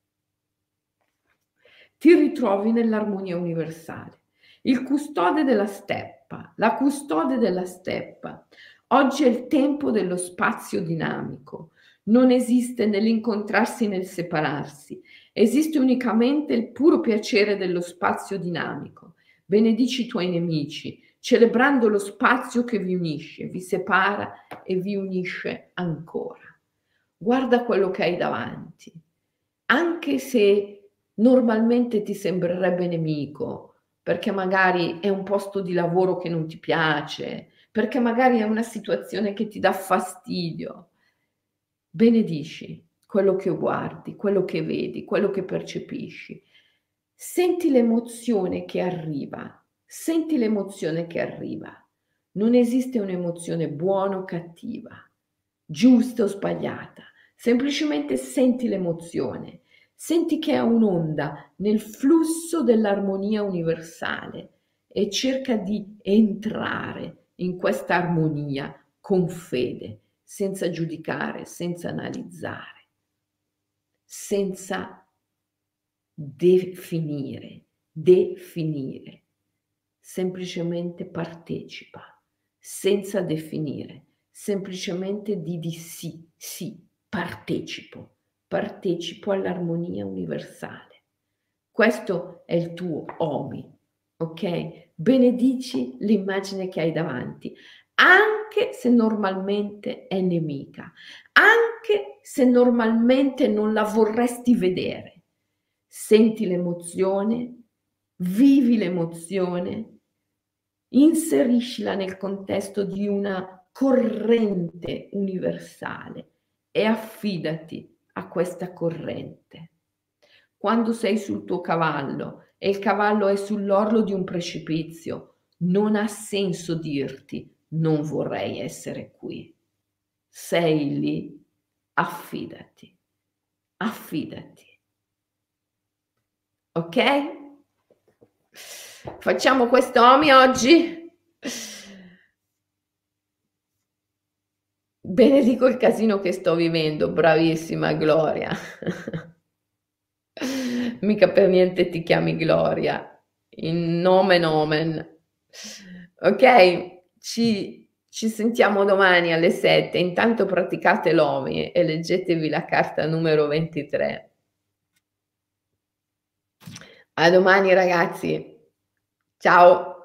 Ti ritrovi nell'armonia universale. Il custode della steppa, la custode della steppa. Oggi è il tempo dello spazio dinamico. Non esiste nell'incontrarsi nel separarsi. Esiste unicamente il puro piacere dello spazio dinamico. Benedici i tuoi nemici, celebrando lo spazio che vi unisce, vi separa e vi unisce ancora. Guarda quello che hai davanti. Anche se normalmente ti sembrerebbe nemico, perché magari è un posto di lavoro che non ti piace, perché magari è una situazione che ti dà fastidio, benedici quello che guardi, quello che vedi, quello che percepisci. Senti l'emozione che arriva, senti l'emozione che arriva. Non esiste un'emozione buona o cattiva, giusta o sbagliata, semplicemente senti l'emozione, senti che è un'onda nel flusso dell'armonia universale e cerca di entrare in questa armonia con fede, senza giudicare, senza analizzare, senza definire, definire, semplicemente partecipa, senza definire, semplicemente di di sì, sì, partecipo, partecipo all'armonia universale. Questo è il tuo Omi, ok? Benedici l'immagine che hai davanti, anche se normalmente è nemica, anche se normalmente non la vorresti vedere. Senti l'emozione, vivi l'emozione, inseriscila nel contesto di una corrente universale e affidati a questa corrente. Quando sei sul tuo cavallo e il cavallo è sull'orlo di un precipizio, non ha senso dirti non vorrei essere qui. Sei lì, affidati, affidati. Ok? Facciamo questo Omi oggi. Benedico il casino che sto vivendo, bravissima Gloria. Mica per niente ti chiami Gloria, in nome nomen. Ok, ci, ci sentiamo domani alle sette. Intanto praticate l'Omi e leggetevi la carta numero ventitré. A domani ragazzi, ciao!